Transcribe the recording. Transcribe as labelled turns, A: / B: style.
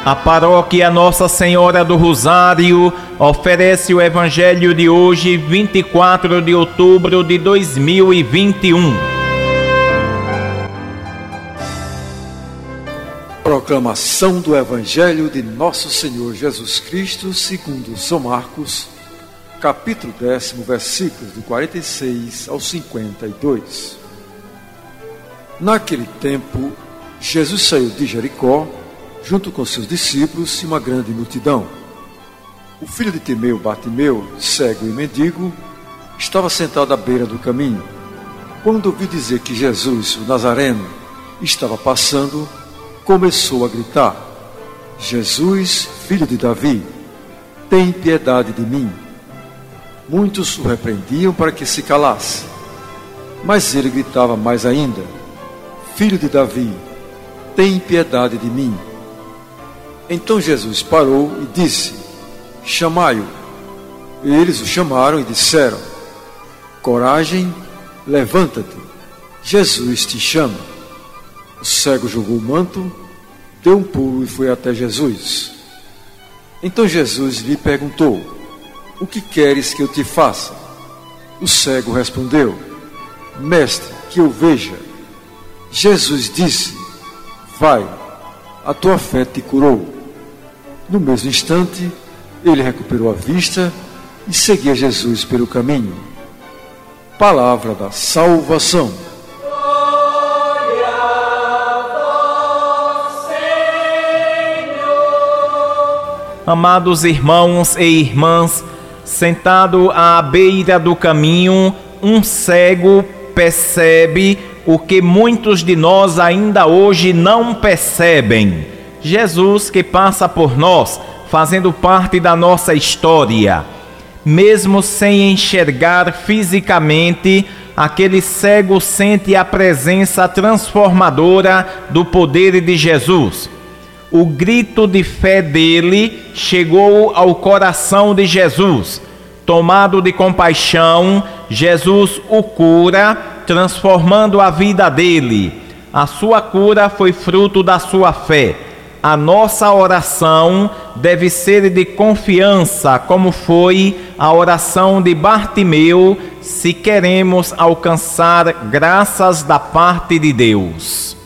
A: A paróquia Nossa Senhora do Rosário oferece o Evangelho de hoje, 24 de outubro de 2021.
B: Proclamação do Evangelho de Nosso Senhor Jesus Cristo segundo São Marcos, capítulo 10, versículos do 46 ao 52. Naquele tempo, Jesus saiu de Jericó, junto com seus discípulos e uma grande multidão. O filho de Timeu, Bartimeu, cego e mendigo, estava sentado à beira do caminho. Quando ouviu dizer que Jesus, o Nazareno, estava passando, começou a gritar: Jesus, filho de Davi, tem piedade de mim. Muitos o repreendiam para que se calasse, mas ele gritava mais ainda: Filho de Davi, tem piedade de mim. Então Jesus parou e disse: Chamai-o. Eles o chamaram e disseram: Coragem, levanta-te, Jesus te chama. O cego jogou o manto, deu um pulo e foi até Jesus. Então Jesus lhe perguntou: O que queres que eu te faça? O cego respondeu: Mestre, que eu veja. Jesus disse: Vai, a tua fé te curou. No mesmo instante, ele recuperou a vista e seguia Jesus pelo caminho. Palavra da salvação.
C: Glória a vós, Senhor.
A: Amados irmãos e irmãs, sentado à beira do caminho, um cego percebe o que muitos de nós ainda hoje não percebem. Jesus que passa por nós, fazendo parte da nossa história. Mesmo sem enxergar fisicamente, aquele cego sente a presença transformadora do poder de Jesus. O grito de fé dele chegou ao coração de Jesus. Tomado de compaixão, Jesus o cura, transformando a vida dele. A sua cura foi fruto da sua fé. A nossa oração deve ser de confiança, como foi a oração de Bartimeu, se queremos alcançar graças da parte de Deus.